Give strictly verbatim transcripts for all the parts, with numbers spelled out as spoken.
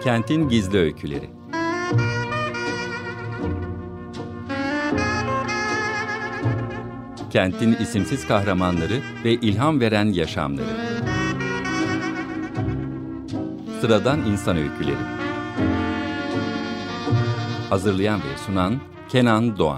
Kentin Gizli Öyküleri. Kentin isimsiz kahramanları ve ilham veren yaşamları. Sıradan insan öyküleri. Hazırlayan ve sunan Kenan Doğan.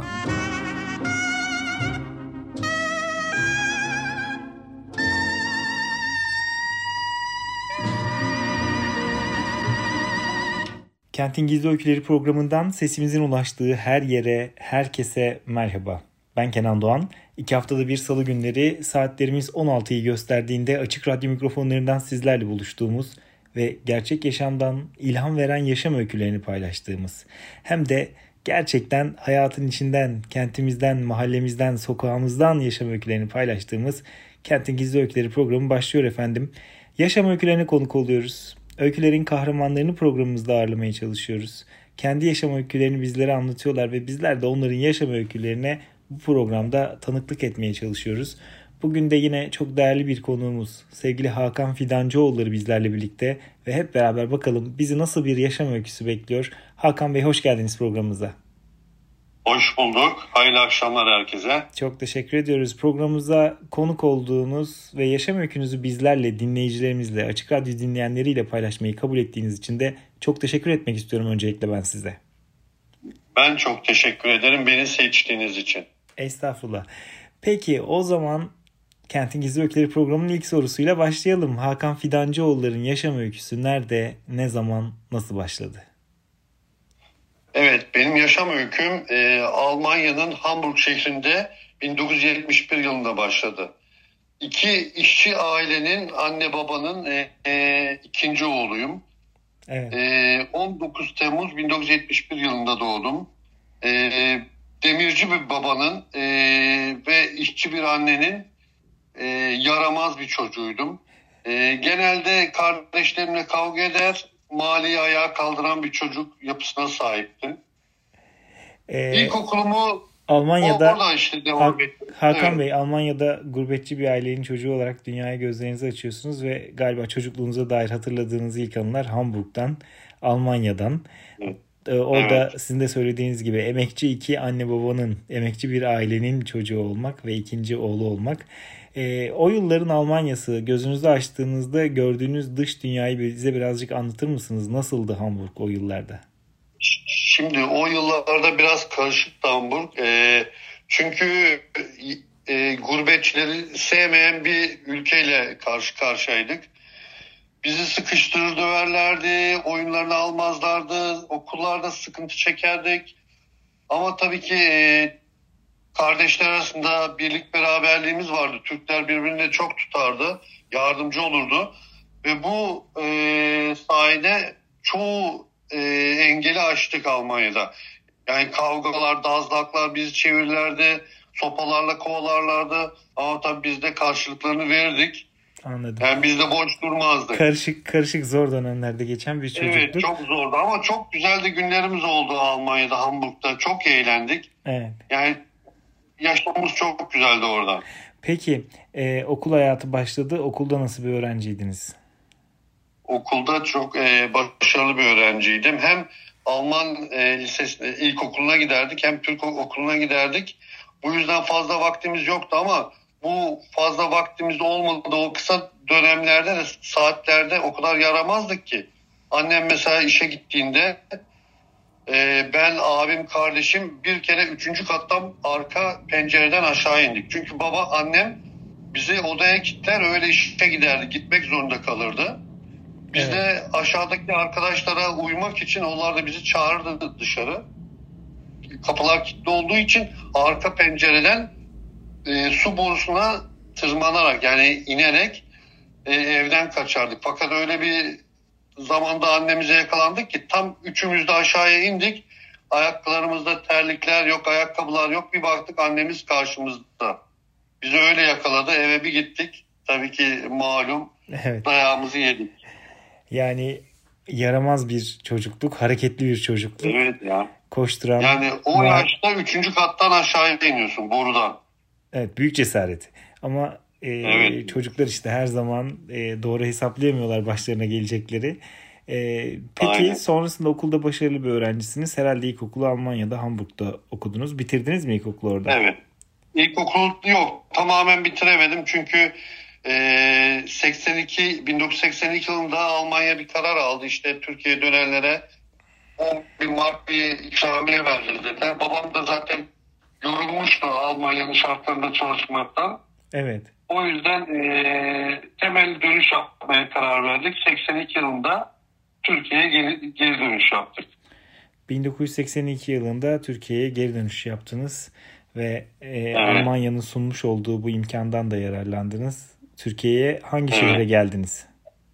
Kentin Gizli Öyküleri programından sesimizin ulaştığı her yere, herkese merhaba. Ben Kenan Doğan. İki haftada bir salı günleri saatlerimiz on altıyı gösterdiğinde açık radyo mikrofonlarından sizlerle buluştuğumuz ve gerçek yaşamdan ilham veren yaşam öykülerini paylaştığımız, hem de gerçekten hayatın içinden, kentimizden, mahallemizden, sokağımızdan yaşam öykülerini paylaştığımız Kentin Gizli Öyküleri programı başlıyor efendim. Yaşam öykülerine konuk oluyoruz. Öykülerin kahramanlarını programımızda ağırlamaya çalışıyoruz. Kendi yaşam öykülerini bizlere anlatıyorlar ve bizler de onların yaşam öykülerine bu programda tanıklık etmeye çalışıyoruz. Bugün de yine çok değerli bir konuğumuz sevgili Hakan Fidancıoğulları bizlerle birlikte ve hep beraber bakalım bizi nasıl bir yaşam öyküsü bekliyor. Hakan Bey, hoş geldiniz programımıza. Hoş bulduk. Hayırlı akşamlar herkese. Çok teşekkür ediyoruz. Programımıza konuk olduğunuz ve yaşam öykünüzü bizlerle, dinleyicilerimizle, Açık Radyo dinleyenleriyle paylaşmayı kabul ettiğiniz için de çok teşekkür etmek istiyorum öncelikle ben size. Ben çok teşekkür ederim beni seçtiğiniz için. Estağfurullah. Peki o zaman Kentin Gizli Öyküleri programının ilk sorusuyla başlayalım. Hakan Fidancıoğulları'nın yaşam öyküsü nerede, ne zaman, nasıl başladı? Evet, benim yaşam öyküm e, Almanya'nın Hamburg şehrinde bin dokuz yüz yetmiş bir yılında başladı. İki işçi ailenin anne babanın e, e, ikinci oğluyum. Evet. E, on dokuz Temmuz bin dokuz yüz yetmiş bir yılında doğdum. E, demirci bir babanın e, ve işçi bir annenin e, yaramaz bir çocuğuydum. E, genelde kardeşlerimle kavga eder, mahalleyi ayağa kaldıran bir çocuk yapısına sahiptim. Ee, İlkokulumu Almanya'da orada işte devam Ha- ettim. Hakan Evet. Bey, Almanya'da gurbetçi bir ailenin çocuğu olarak dünyaya gözlerinizi açıyorsunuz ve galiba çocukluğunuza dair hatırladığınız ilk anılar Hamburg'dan, Almanya'dan. Evet. Ee, Orada Evet. sizin de söylediğiniz gibi emekçi iki anne babanın, emekçi bir ailenin çocuğu olmak ve ikinci oğlu olmak. Ee, o yılların Almanya'sı, gözünüzü açtığınızda gördüğünüz dış dünyayı bize birazcık anlatır mısınız? Nasıldı Hamburg o yıllarda? Şimdi o yıllarda biraz karışıktı Hamburg. E, çünkü e, gurbetçileri sevmeyen bir ülkeyle karşı karşıyaydık. Bizi sıkıştırır döverlerdi, oyunlarını almazlardı, okullarda sıkıntı çekerdik. Ama tabii ki e, kardeşler arasında birlik beraberliğimiz vardı. Türkler birbirini çok tutardı, yardımcı olurdu. Ve bu e, sayede çoğu e, engeli aştık Almanya'da. Yani kavgalar, dazlaklar bizi çevirirlerdi, sopalarla kovalarlardı. Ama tabii biz de karşılıklarını verirdik. Anladım. Yani biz de boş durmazdık. Karışık karışık zor dönemlerde geçen bir çocukluk. Evet, çok zordu ama çok güzel de günlerimiz oldu Almanya'da, Hamburg'da. Çok eğlendik. Evet. Yani yaşamımız çok güzeldi orada. Peki e, okul hayatı başladı. Okulda nasıl bir öğrenciydiniz? Okulda çok e, başarılı bir öğrenciydim. Hem Alman e, lisesine, ilkokuluna giderdik hem Türk okuluna giderdik. Bu yüzden fazla vaktimiz yoktu ama bu fazla vaktimiz olmadığı o kısa dönemlerde de saatlerde o kadar yaramazdık ki. Annem mesela işe gittiğinde e, ben, abim, kardeşim bir kere üçüncü kattan arka pencereden aşağı indik. Çünkü baba, annem bizi odaya kilitler, öyle işe giderdi. Gitmek zorunda kalırdı. Biz Evet. de aşağıdaki arkadaşlara uymak için onlar da bizi çağırdı dışarı. Kapılar kilitli olduğu için arka pencereden e, su borusuna tırmanarak, yani inerek e, evden kaçardık. Fakat öyle bir zamanda annemize yakalandık ki tam üçümüz de aşağıya indik. Ayaklarımızda terlikler yok, ayakkabılar yok. Bir baktık annemiz karşımızda. Bizi öyle yakaladı. Eve bir gittik. Tabii ki malum Evet. dayağımızı yedik. Yani yaramaz bir çocukluk, hareketli bir çocukluk. Evet ya. Koşturan. Yani o ma- yaşta üçüncü kattan aşağıya iniyorsun borudan. Evet, büyük cesaret. Ama e, Evet. çocuklar işte her zaman e, doğru hesaplayamıyorlar başlarına gelecekleri. Ee, peki Aynen. sonrasında okulda başarılı bir öğrencisiniz. Herhalde ilkokulu Almanya'da, Hamburg'da okudunuz. Bitirdiniz mi ilkokulu orada? Evet. İlkokul yok. Tamamen bitiremedim çünkü e, seksen iki bin dokuz yüz seksen iki yılında Almanya bir karar aldı. İşte Türkiye'ye dönenlere on bin mark bir ikramiye verdi dediler. Babam da zaten yorulmuştu Almanya'nın şartlarında çalışmaktan. Evet. O yüzden e, temel dönüş yapmaya karar verdik. seksen iki yılında Türkiye'ye geri, geri dönüş yaptık. bin dokuz yüz seksen iki yılında Türkiye'ye geri dönüş yaptınız ve e, Evet. Almanya'nın sunmuş olduğu bu imkandan da yararlandınız. Türkiye'ye hangi Evet. şehre geldiniz?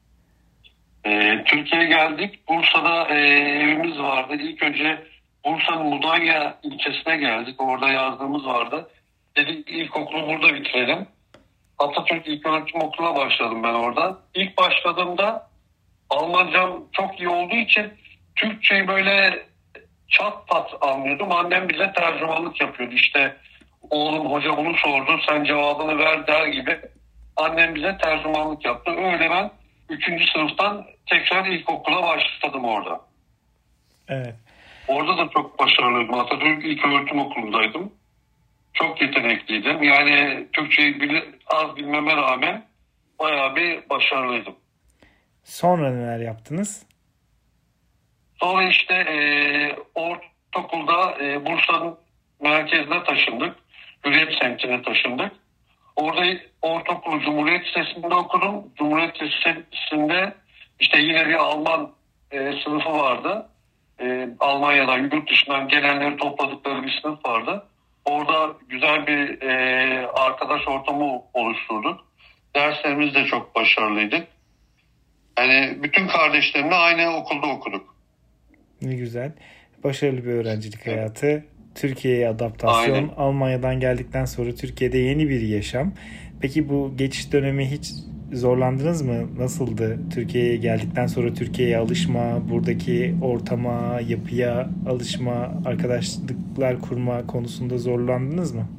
E, Türkiye'ye geldik. Bursa'da e, evimiz vardı. İlk önce Bursa'nın Mudanya ilçesine geldik. Orada yazdığımız vardı. Dedik ilkokulu burada bitirelim. Atatürk İlköğretim Okulu'na başladım ben orada. İlk başladığımda Almancam çok iyi olduğu için Türkçeyi böyle çat pat anlıyordum. Annem bize tercümanlık yapıyordu. İşte oğlum hoca bunu sordu sen cevabını ver der gibi. Annem bize tercümanlık yaptı. Öyle ben üçüncü sınıftan tekrar ilkokula başladım orada. Evet. Orada da çok başarılıydım. Atatürk İlköğretim Okulu'ndaydım. Çok yetenekliydim. Yani Türkçeyi bile, az bilmeme rağmen bayağı bir başarılıydım. Sonra neler yaptınız? Sonra işte e, ortaokulda e, Bursa'nın merkezine taşındık. Hürriyet semtine taşındık. Orada ortaokulu Cumhuriyet Lisesi'nde okudum. Cumhuriyet Lisesi'nde işte yine bir Alman e, sınıfı vardı. E, Almanya'dan, yurt dışından gelenleri topladıkları bir sınıf vardı. Orada güzel bir e, arkadaş ortamı oluşturduk. Derslerimiz de çok başarılıydık. Yani bütün kardeşlerimle aynı okulda okuduk. Ne güzel. Başarılı bir öğrencilik hayatı. Türkiye'ye adaptasyon. Aynen. Almanya'dan geldikten sonra Türkiye'de yeni bir yaşam. Peki bu geçiş dönemi hiç zorlandınız mı? Nasıldı? Türkiye'ye geldikten sonra Türkiye'ye alışma, buradaki ortama, yapıya alışma, arkadaşlıklar kurma konusunda zorlandınız mı?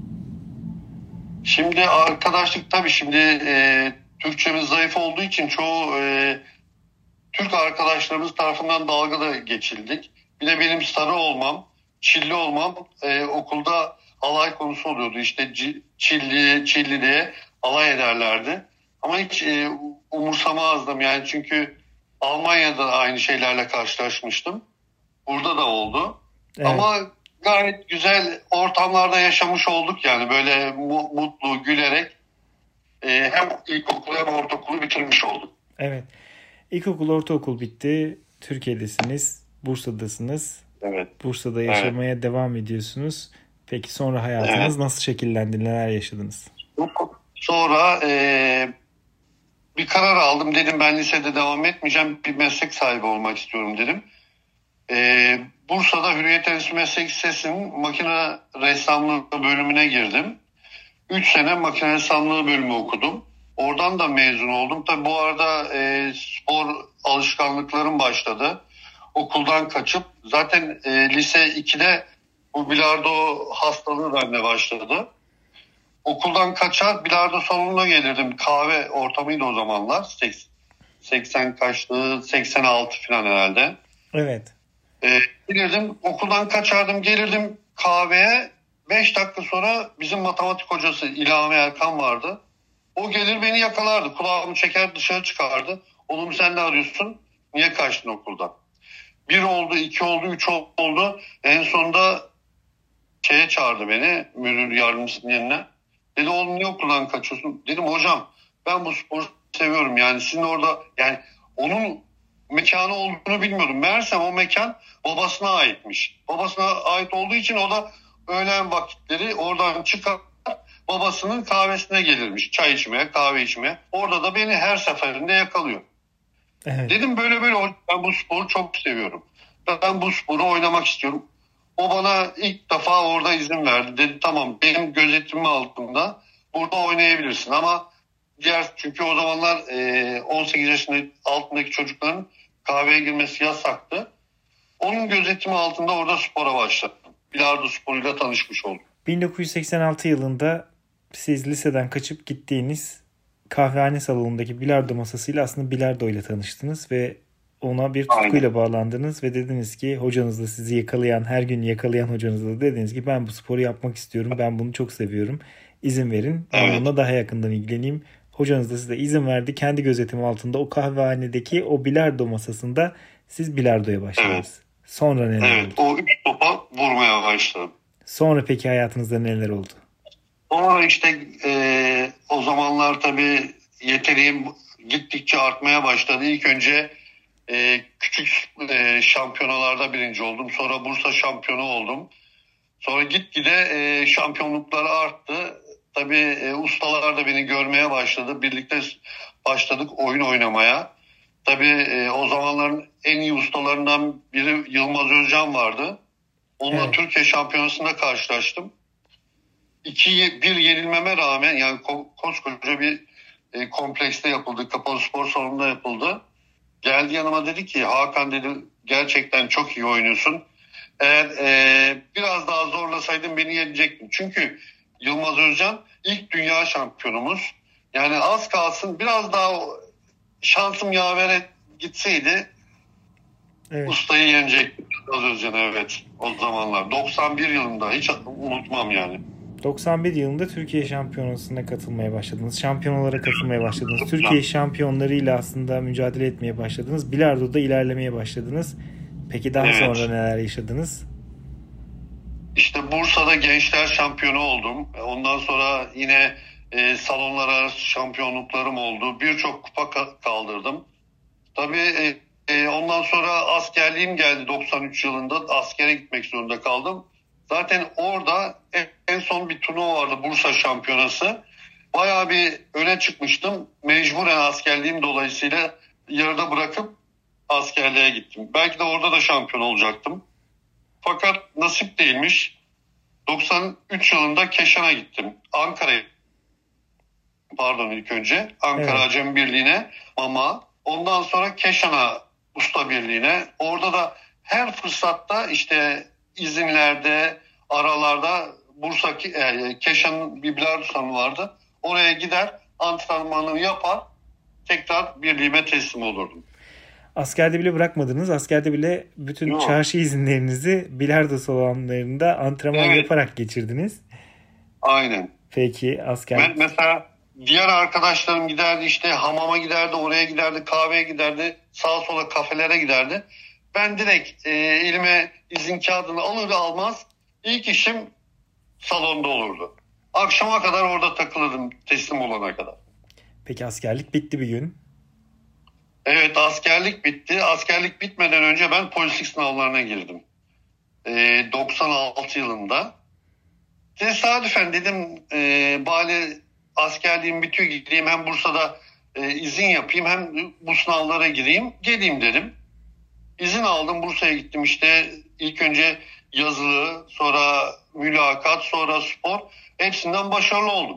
Şimdi arkadaşlık tabii şimdi e, Türkçemiz zayıf olduğu için çoğu e, Türk arkadaşlarımız tarafından dalga da geçildik. Bir de benim sarı olmam, Çilli olmam e, okulda alay konusu oluyordu. İşte C- Çilli, Çilli diye alay ederlerdi. Ama hiç e, umursamazdım yani çünkü Almanya'da aynı şeylerle karşılaşmıştım. Burada da oldu. Evet. Ama gayet güzel ortamlarda yaşamış olduk yani böyle mu- mutlu, gülerek e, hem ilkokulu hem ortaokulu bitirmiş olduk. Evet. İlkokul, ortaokul bitti. Türkiye'desiniz, Bursa'dasınız. Evet. Bursa'da yaşamaya evet. devam ediyorsunuz. Peki sonra hayatınız evet. nasıl şekillendi? Neler yaşadınız? Sonra e, bir karar aldım. Dedim ben lisede devam etmeyeceğim. Bir meslek sahibi olmak istiyorum dedim. E, Bursa'da Hürriyet Enstitüsü Meslek Lisesi'nin makine ressamlığı bölümüne girdim. Üç sene makine ressamlığı bölümü okudum. Oradan da mezun oldum. Tabii bu arada e, spor alışkanlıklarım başladı. Okuldan kaçıp zaten e, lise ikide bu bilardo hastalığı bende başladı. Okuldan kaçar bilardo salonuna gelirdim. Kahve ortamıydı o zamanlar. seksen kaçtı, seksen altı falan herhalde. Evet. E, gelirdim okuldan kaçardım gelirdim kahveye. beş dakika sonra bizim matematik hocası İlhami Erkan vardı. O gelir beni yakalardı. Kulağımı çeker dışarı çıkardı. Oğlum sen ne arıyorsun? Niye kaçtın okuldan? Bir oldu, iki oldu, üç oldu. En sonunda şeye çağırdı beni. Müdür yardımcısının yerine. Dedi oğlum niye okuldan kaçıyorsun? Dedim hocam ben bu sporu seviyorum. Yani sizin orada yani onun mekanı olduğunu bilmiyordum. Meğersem o mekan babasına aitmiş. Babasına ait olduğu için o da öğlen vakitleri oradan çıkar babasının kahvesine gelirmiş. Çay içmeye, kahve içmeye. Orada da beni her seferinde yakalıyor. Evet. Dedim böyle böyle ben bu sporu çok seviyorum. Ben bu sporu oynamak istiyorum. O bana ilk defa orada izin verdi. Dedi tamam benim gözetimim altında burada oynayabilirsin ama diğer çünkü o zamanlar on sekiz yaşında altındaki çocukların kahveye girmesi yasaktı. Onun gözetimi altında orada spora başladım. Bilardo sporuyla tanışmış oldum. bin dokuz yüz seksen altı yılında siz liseden kaçıp gittiğiniz kahvehane salonundaki bilardo masasıyla aslında bilardo ile tanıştınız ve ona bir tutkuyla bağlandınız ve dediniz ki hocanızla sizi yakalayan, her gün yakalayan hocanızla dediniz ki ben bu sporu yapmak istiyorum, ben bunu çok seviyorum, izin verin, ben Evet. bununla daha yakından ilgileneyim. Hocanız da size izin verdi, kendi gözetimi altında o kahvehanedeki o bilardo masasında siz bilardoya başladınız. Evet. Sonra neler Evet, oldu? o üç topa vurmaya başladım. Sonra peki hayatınızda neler oldu? Sonra işte e, o zamanlar tabii yeteneğim gittikçe artmaya başladı. İlk önce e, küçük e, şampiyonalarda birinci oldum. Sonra Bursa şampiyonu oldum. Sonra gitgide e, şampiyonluklar arttı. Tabii e, ustalar da beni görmeye başladı. Birlikte başladık oyun oynamaya. Tabii e, o zamanların en iyi ustalarından biri Yılmaz Özcan vardı. Onunla Evet. Türkiye Şampiyonası'nda karşılaştım. iki bir yenilmeme rağmen yani ko- koskoca bir e, komplekste yapıldı. Kapalı spor salonunda yapıldı. Geldi yanıma dedi ki Hakan dedi gerçekten çok iyi oynuyorsun. Eğer e, biraz daha zorlasaydın beni yenecektin. Çünkü Yılmaz Özcan ilk dünya şampiyonumuz. Yani az kalsın biraz daha şansım yavere gitseydi Evet. ustayı yenecektim. Yılmaz Özcan evet o zamanlar. doksan bir yılında hiç unutmam yani. doksan bir yılında Türkiye Şampiyonası'na katılmaya başladınız. Şampiyonalara katılmaya başladınız. Türkiye şampiyonlarıyla aslında mücadele etmeye başladınız. Bilardo'da ilerlemeye başladınız. Peki daha Evet. sonra neler yaşadınız? İşte Bursa'da gençler şampiyonu oldum. Ondan sonra yine e, salonlar arası şampiyonluklarım oldu. Birçok kupa ka- kaldırdım. Tabii e, e, ondan sonra askerliğim geldi doksan üç yılında. Askere gitmek zorunda kaldım. Zaten orada en, en son bir turnuva vardı Bursa şampiyonası. Bayağı bir öne çıkmıştım. Mecburen askerliğim dolayısıyla yarıda bırakıp askerliğe gittim. Belki de orada da şampiyon olacaktım. Fakat nasip değilmiş. doksan üç yılında Keşan'a gittim. Ankara'ya pardon ilk önce. Ankara Evet. Acemi Birliği'ne ama ondan sonra Keşan'a Usta Birliği'ne. Orada da her fırsatta işte izinlerde, aralarda Bursa e, Keşan'ın bir bilardo salonu vardı. Oraya gider antrenmanımı yapar tekrar birliğime teslim olurdum. Askerde bile bırakmadınız. Askerde bile bütün Yok. çarşı izinlerinizi bilardo salonlarında antrenman Evet. yaparak geçirdiniz. Aynen. Peki asker... Ben mesela diğer arkadaşlarım giderdi işte hamama giderdi, oraya giderdi, kahveye giderdi, sağa sola kafelere giderdi. Ben direkt e, elime izin kağıdını alır almaz ilk işim salonda olurdu. Akşama kadar orada takılırdım teslim olana kadar. Peki askerlik bitti bir gün. Evet askerlik bitti. Askerlik bitmeden önce ben polislik sınavlarına girdim. E, doksan altı yılında. Tesadüfen dedim e, bari askerliğim bitiyor gideyim hem Bursa'da e, izin yapayım hem bu sınavlara gireyim geleyim dedim. İzin aldım Bursa'ya gittim işte ilk önce yazılı sonra mülakat sonra spor hepsinden başarılı oldum.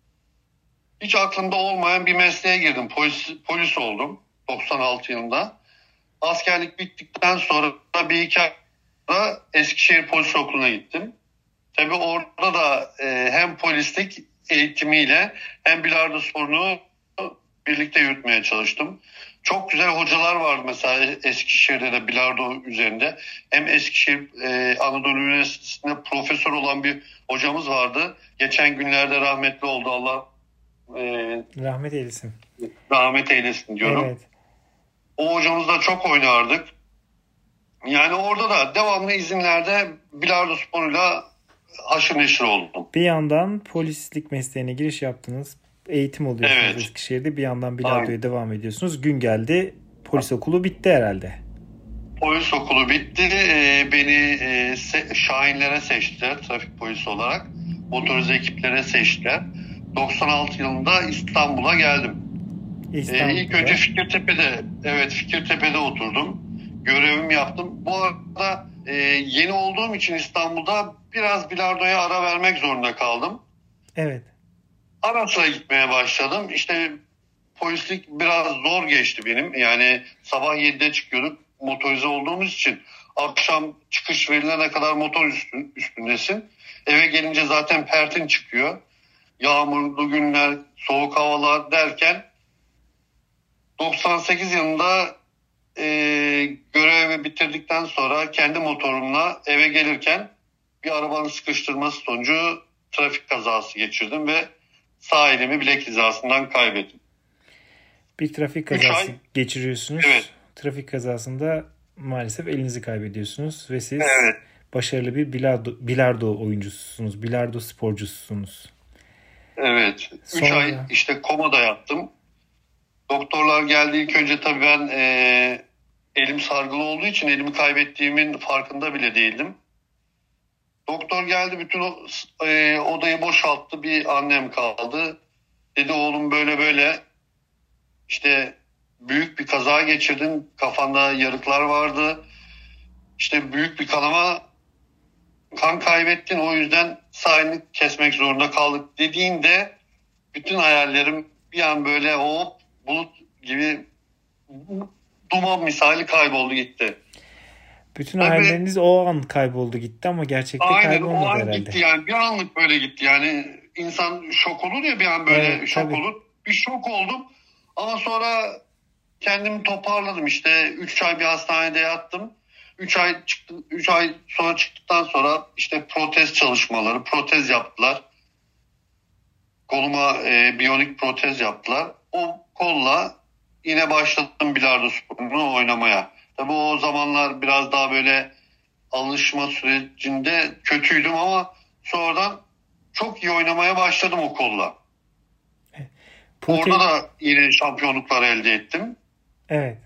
Hiç aklımda olmayan bir mesleğe girdim polis, polis oldum doksan altı yılında. Askerlik bittikten sonra bir iki ay sonra Eskişehir Polis Okulu'na gittim. Tabii orada da e, hem polislik eğitimiyle hem bilardo sporunu birlikte yürütmeye çalıştım. Çok güzel hocalar vardı mesela Eskişehir'de de bilardo üzerinde. Hem Eskişehir e, Anadolu Üniversitesi'nde profesör olan bir hocamız vardı. Geçen günlerde rahmetli oldu Allah e, Rahmet eylesin. rahmet eylesin diyorum. Evet. O hocamızla çok oynardık. Yani orada da devamlı izinlerde bilardo sporuyla haşır neşir oldum. Bir yandan polislik mesleğine giriş yaptınız. Eğitim oluyorsunuz Evet. Eskişehir'de. Bir yandan bilardoya Aynen. devam ediyorsunuz. Gün geldi. Polis okulu bitti herhalde. Polis okulu bitti. Ee, beni e, se- Şahinlere seçtiler trafik polisi olarak. Motorize ekiplere seçtiler. doksan altı yılında İstanbul'a geldim. Ee, İstanbul'da. ilk önce Fikirtepe'de, evet Fikirtepe'de oturdum. Görevimi yaptım. Bu arada e, yeni olduğum için İstanbul'da biraz bilardoya ara vermek zorunda kaldım. Evet. Ara sıra gitmeye başladım. İşte polislik biraz zor geçti benim. Yani sabah yedide çıkıyorduk motorize olduğumuz için. Akşam çıkış verilene kadar motor üstün, üstündesin. Eve gelince zaten pertin çıkıyor. Yağmurlu günler, soğuk havalar derken doksan sekiz yılında e, görevi bitirdikten sonra kendi motorumla eve gelirken bir arabanın sıkıştırması sonucu trafik kazası geçirdim ve sağ elimi bilek hizasından kaybettim. Bir trafik Üç kazası ay. geçiriyorsunuz. Evet. Trafik kazasında maalesef elinizi kaybediyorsunuz ve siz Evet. başarılı bir bilardo, bilardo oyuncususunuz. Bilardo sporcususunuz. Evet. Üç Sonra- ay işte komada yattım. Doktorlar geldi ilk önce tabii ben e, elim sargılı olduğu için elimi kaybettiğimin farkında bile değildim. Doktor geldi bütün o, e, odayı boşalttı. Bir annem kaldı. Dedi oğlum böyle böyle işte büyük bir kaza geçirdin. Kafanda yarıklar vardı. İşte büyük bir kanama, kan kaybettin. O yüzden sağ elini kesmek zorunda kaldık dediğinde bütün hayallerim bir an böyle hop bulut gibi duman misali kayboldu gitti. Bütün Tabii. hayalleriniz o an kayboldu gitti ama gerçekte Aynen o kaybolmadı an herhalde. gitti yani bir anlık böyle gitti yani insan şok olur ya bir an böyle Evet, şok tabii. olur. Bir şok oldum ama sonra kendimi toparladım işte üç ay bir hastanede yattım. üç ay çıktı üç ay sonra çıktıktan sonra işte protez çalışmaları, protez yaptılar. Koluma e, biyonik protez yaptılar. O kolla yine başladım bilardo sporunu oynamaya. Tabii o zamanlar biraz daha böyle alışma sürecinde kötüydüm ama sonradan çok iyi oynamaya başladım o kolla. Protez- Orada da yine şampiyonluklar elde ettim. Evet.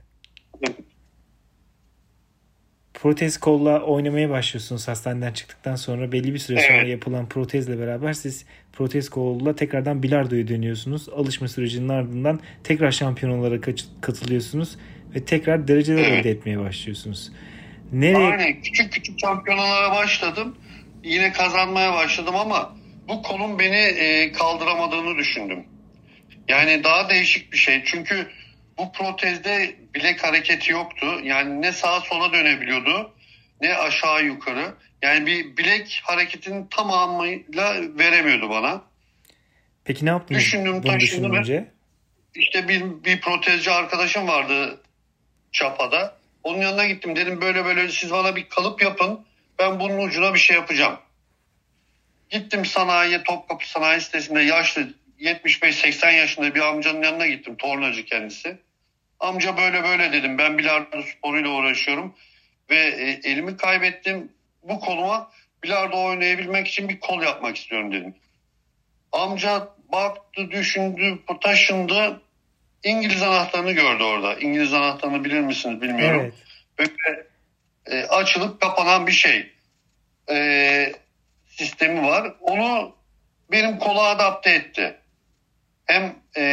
Protez kolla oynamaya başlıyorsunuz hastaneden çıktıktan sonra belli bir süre sonra Evet. yapılan protezle beraber siz protez kolla tekrardan bilardoya dönüyorsunuz. Alışma sürecinin ardından tekrar şampiyonalara kaç- katılıyorsunuz ve tekrar dereceler Evet. elde etmeye başlıyorsunuz. Nereye? Aynen küçük küçük şampiyonalara başladım. Yine kazanmaya başladım ama bu kolun beni e, kaldıramadığını düşündüm. Yani daha değişik bir şey. Çünkü bu protezde bilek hareketi yoktu. Yani ne sağa sola dönebiliyordu ne aşağı yukarı. Yani bir bilek hareketinin tamamıyla veremiyordu bana. Peki ne yaptınız Düşündüm, bunu taşındım. düşününce? İşte bir, bir protezci arkadaşım vardı Çapa'da. Onun yanına gittim. Dedim böyle böyle siz bana bir kalıp yapın. Ben bunun ucuna bir şey yapacağım. Gittim sanayiye, Topkapı Sanayi Sitesi'nde yaşlı yetmiş beş seksen yaşında bir amcanın yanına gittim. Tornacı kendisi. Amca böyle böyle dedim. Ben bilardo sporuyla uğraşıyorum. Ve e, elimi kaybettim. Bu koluma bilardo oynayabilmek için bir kol yapmak istiyorum dedim. Amca baktı, düşündü, taşındı. İngiliz anahtarını gördü orada. İngiliz anahtarını bilir misiniz bilmiyorum. Evet. Böyle e, açılıp kapanan bir şey. E, sistemi var. Onu benim kola adapte etti. Hem e,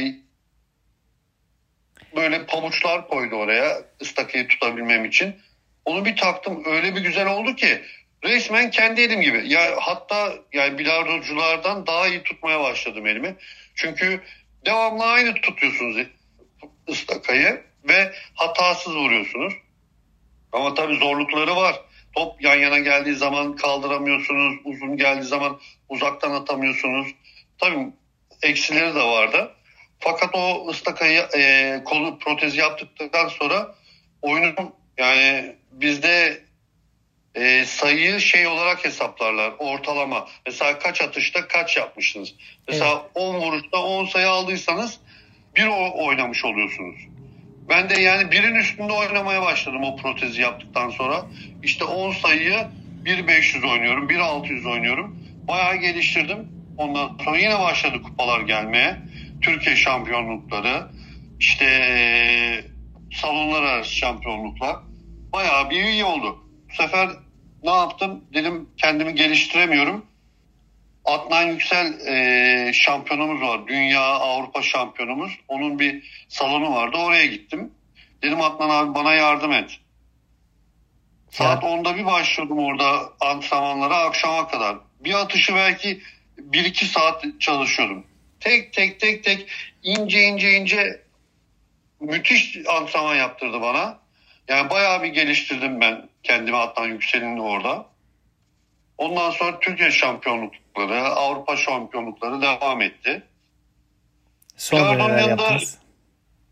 böyle pabuçlar koydu oraya ıstakayı tutabilmem için. Onu bir taktım öyle bir güzel oldu ki resmen kendi elim gibi. Ya hatta yani bilardoculardan daha iyi tutmaya başladım elimi. Çünkü devamlı aynı tutuyorsunuz ıstakayı ve hatasız vuruyorsunuz. Ama tabii zorlukları var. Top yan yana geldiği zaman kaldıramıyorsunuz. Uzun geldiği zaman uzaktan atamıyorsunuz. Tabii eksileri de vardı. Fakat o ıstakayı e, kolu protezi yaptıktan sonra oyunun yani bizde e, sayıyı şey olarak hesaplarlar. Ortalama. Mesela kaç atışta kaç yapmışsınız. Mesela Evet. on vuruşta on sayı aldıysanız bir o- oynamış oluyorsunuz. Ben de yani birin üstünde oynamaya başladım o protezi yaptıktan sonra. İşte on sayıyı bir beş yüz oynuyorum, bir altı yüz oynuyorum. Bayağı geliştirdim. Ondan sonra yine başladı kupalar gelmeye. Türkiye şampiyonlukları, işte eee, salonlar arası şampiyonluklar. Bayağı bir iyi oldu. Bu sefer ne yaptım? Dedim kendimi geliştiremiyorum. Adnan Yüksel e, şampiyonumuz var. Dünya, Avrupa şampiyonumuz. Onun bir salonu vardı. Oraya gittim. Dedim Adnan abi bana yardım et. Saat onda bir başladım orada antrenmanlara akşama kadar. Bir atışı belki bir iki saat çalışıyordum. Tek tek tek tek ince ince ince müthiş antrenman yaptırdı bana. Yani bayağı bir geliştirdim ben kendimi Adnan Yüksel'in orada. Ondan sonra Türkiye şampiyonlukları, Avrupa şampiyonlukları devam etti. Sonra Bilardonun neler yanında- yaptınız?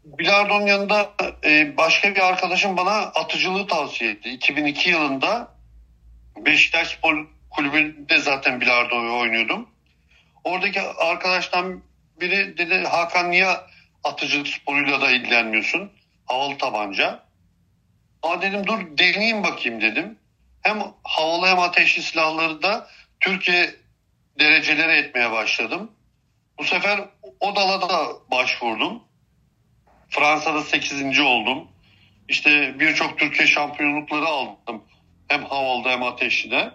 bilardonun yanında e, başka bir arkadaşım bana atıcılığı tavsiye etti. iki bin iki yılında Beşiktaş Spor Kulübü'nde zaten bilardo oynuyordum. Oradaki arkadaştan biri dedi, Hakan niye atıcılık sporuyla da ilgilenmiyorsun? Havalı tabanca. Aa dedim, dur deneyeyim bakayım dedim. Hem havalı hem ateşli silahları da Türkiye dereceleri etmeye başladım. Bu sefer o dala da başvurdum. Fransa'da sekizinci oldum. İşte birçok Türkiye şampiyonlukları aldım. Hem havalı hem ateşli de.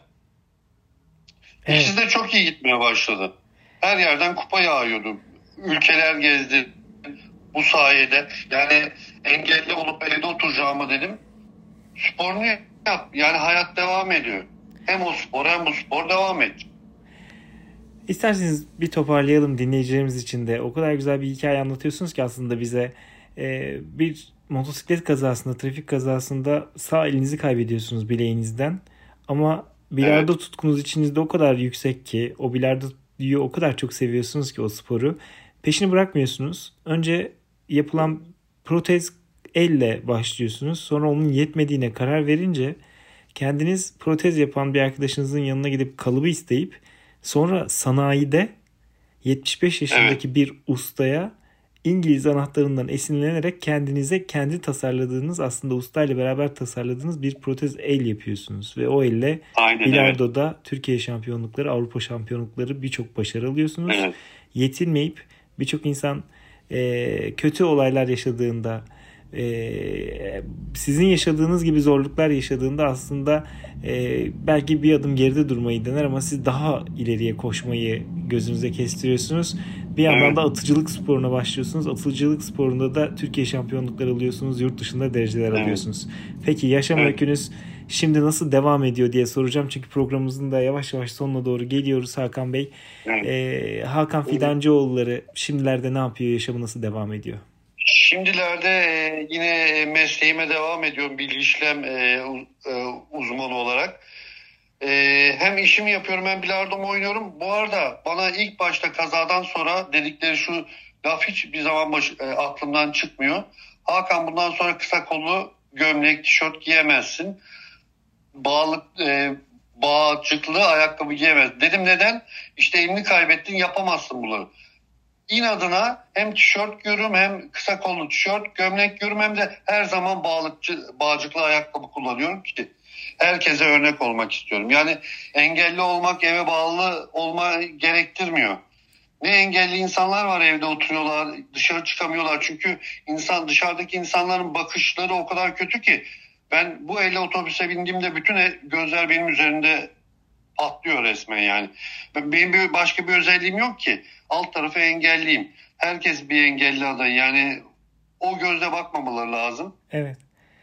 Evet. İkisi de çok iyi gitmeye başladı. Her yerden kupa yağıyordu. Ülkeler gezdi bu sayede. Yani engelli olup evde oturacağıma dedim, sporunu yap. Yani hayat devam ediyor. Hem o spor hem bu spor devam et. İsterseniz bir toparlayalım dinleyicilerimiz için de. O kadar güzel bir hikaye anlatıyorsunuz ki aslında bize. Ee, bir motosiklet kazasında, trafik kazasında sağ elinizi kaybediyorsunuz bileğinizden. Ama bilardo evet. tutkunuz içinizde o kadar yüksek ki, o bilardoyu o kadar çok seviyorsunuz ki o sporu. Peşini bırakmıyorsunuz. Önce yapılan protez elle başlıyorsunuz. Sonra onun yetmediğine karar verince kendiniz protez yapan bir arkadaşınızın yanına gidip kalıbı isteyip sonra sanayide yetmiş beş yaşındaki evet. bir ustaya İngiliz anahtarından esinlenerek kendinize kendi tasarladığınız, aslında ustayla beraber tasarladığınız bir protez el yapıyorsunuz. Ve o elle Aynen, bilardoda evet. Türkiye şampiyonlukları, Avrupa şampiyonlukları birçok başarı alıyorsunuz. Evet. Yetinmeyip birçok insan e, kötü olaylar yaşadığında, Ee, sizin yaşadığınız gibi zorluklar yaşadığında aslında e, belki bir adım geride durmayı dener ama siz daha ileriye koşmayı gözünüze kestiriyorsunuz. Bir yandan da atıcılık sporuna başlıyorsunuz. Atıcılık sporunda da Türkiye şampiyonlukları alıyorsunuz. Yurt dışında dereceler evet. alıyorsunuz. Peki yaşam evet. öykünüz şimdi nasıl devam ediyor diye soracağım. Çünkü programımızın da yavaş yavaş sonuna doğru geliyoruz Hakan Bey. Evet. Ee, Hakan Fidancıoğulları şimdilerde ne yapıyor? Yaşamı nasıl devam ediyor? Şimdilerde e, yine mesleğime devam ediyorum, bilgi işlem e, e, uzmanı olarak. E, hem işimi yapıyorum hem bilardomu oynuyorum. Bu arada bana ilk başta kazadan sonra dedikleri şu laf hiçbir zaman baş, e, aklımdan çıkmıyor. Hakan, bundan sonra kısa kollu gömlek, tişört giyemezsin. Bağlık, e, bağcıklı ayakkabı giyemez. Dedim neden? İşte elini kaybettin, yapamazsın bunları. İnadına hem tişört giyiyorum hem kısa kollu tişört, gömlek giyiyorum hem de her zaman bağlıkçı, bağcıklı ayakkabı kullanıyorum ki herkese örnek olmak istiyorum. Yani engelli olmak eve bağlı olma gerektirmiyor. Ne engelli insanlar var evde oturuyorlar, dışarı çıkamıyorlar. Çünkü insan dışarıdaki insanların bakışları o kadar kötü ki ben bu elle otobüse bindiğimde bütün gözler benim üzerinde patlıyor resmen yani. Benim bir başka bir özelliğim yok ki. Alt tarafı engelliyim. Herkes bir engelli aday. Yani o gözle bakmamaları lazım. Evet.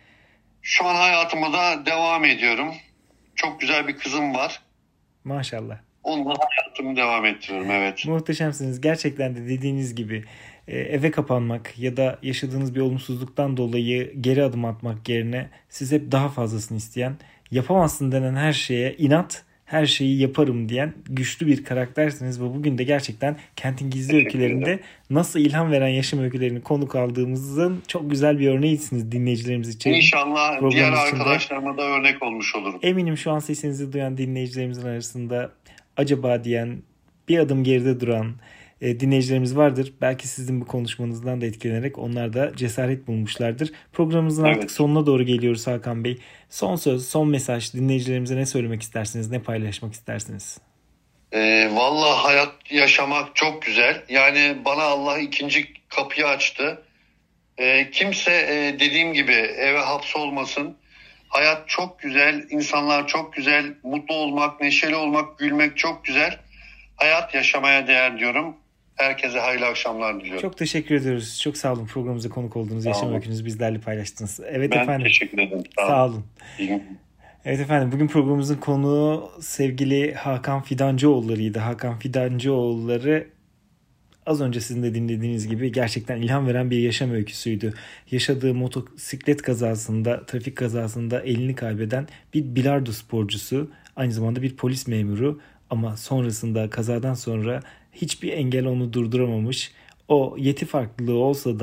Şu an hayatıma da devam ediyorum. Çok güzel bir kızım var. Maşallah. Onunla hayatımı devam ettiriyorum, evet. Muhteşemsiniz. Gerçekten de dediğiniz gibi eve kapanmak ya da yaşadığınız bir olumsuzluktan dolayı geri adım atmak yerine siz hep daha fazlasını isteyen, yapamazsın denen her şeye inat, her şeyi yaparım diyen güçlü bir karaktersiniz ve bugün de gerçekten Kentin Gizli Öykülerinde nasıl ilham veren yaşam öykülerini konuk aldığımızın çok güzel bir örneğisiniz dinleyicilerimiz için. İnşallah diğer arkadaşlarıma da örnek olmuş olurum. Eminim şu an sesinizi duyan dinleyicilerimizin arasında acaba diyen, bir adım geride duran e, dinleyicilerimiz vardır. Belki sizin bu konuşmanızdan da etkilenerek onlar da cesaret bulmuşlardır. Programımızın evet. artık sonuna doğru geliyoruz Hakan Bey. Son söz, son mesaj, dinleyicilerimize ne söylemek istersiniz, ne paylaşmak istersiniz? E, vallahi hayat yaşamak çok güzel. Yani bana Allah ikinci kapıyı açtı. E, kimse e, dediğim gibi eve hapsolmasın. Hayat çok güzel, insanlar çok güzel, mutlu olmak, neşeli olmak, gülmek çok güzel. Hayat yaşamaya değer diyorum. Herkese hayırlı akşamlar diliyorum. Çok teşekkür ediyoruz. Çok sağ olun programımıza konuk olduğunuz, yaşam öykünüzü bizlerle paylaştınız. Evet ben efendim. teşekkür ederim. Sağ, sağ olun. olun. Evet efendim, bugün programımızın konuğu sevgili Hakan Fidancıoğulları'ydı. Hakan Fidancıoğulları az önce sizin de dinlediğiniz gibi gerçekten ilham veren bir yaşam öyküsüydü. Yaşadığı motosiklet kazasında, trafik kazasında elini kaybeden bir bilardo sporcusu, aynı zamanda bir polis memuru ama sonrasında, kazadan sonra hiçbir engel onu durduramamış. O yeti farklılığı olsa da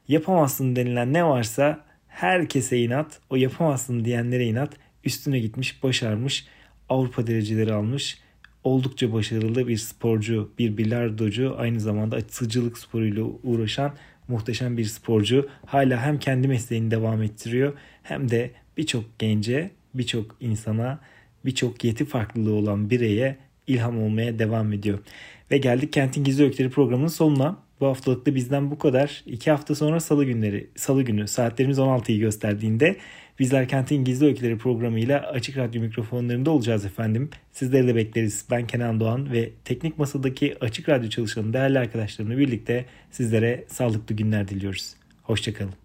Yapamazsın denilen ne varsa herkese inat, o yapamazsın diyenlere inat, üstüne gitmiş, başarmış, Avrupa dereceleri almış, oldukça başarılı bir sporcu, bir bilardocu, aynı zamanda açıcılık sporuyla uğraşan muhteşem bir sporcu. Hala hem kendi mesleğini devam ettiriyor hem de birçok gence, birçok insana, birçok yeti farklılığı olan bireye ilham olmaya devam ediyor. Ve geldik Kentin Gizli Öyküleri programının sonuna. Bu haftalık da bizden bu kadar. İki hafta sonra salı günleri, salı günü saatlerimiz on altıyı gösterdiğinde bizler Kentin Gizli Öyküleri programıyla Açık Radyo mikrofonlarında olacağız efendim. Sizleri de bekleriz. Ben Kenan Doğan ve teknik masadaki Açık Radyo çalışanı değerli arkadaşlarımla birlikte sizlere sağlıklı günler diliyoruz. Hoşçakalın.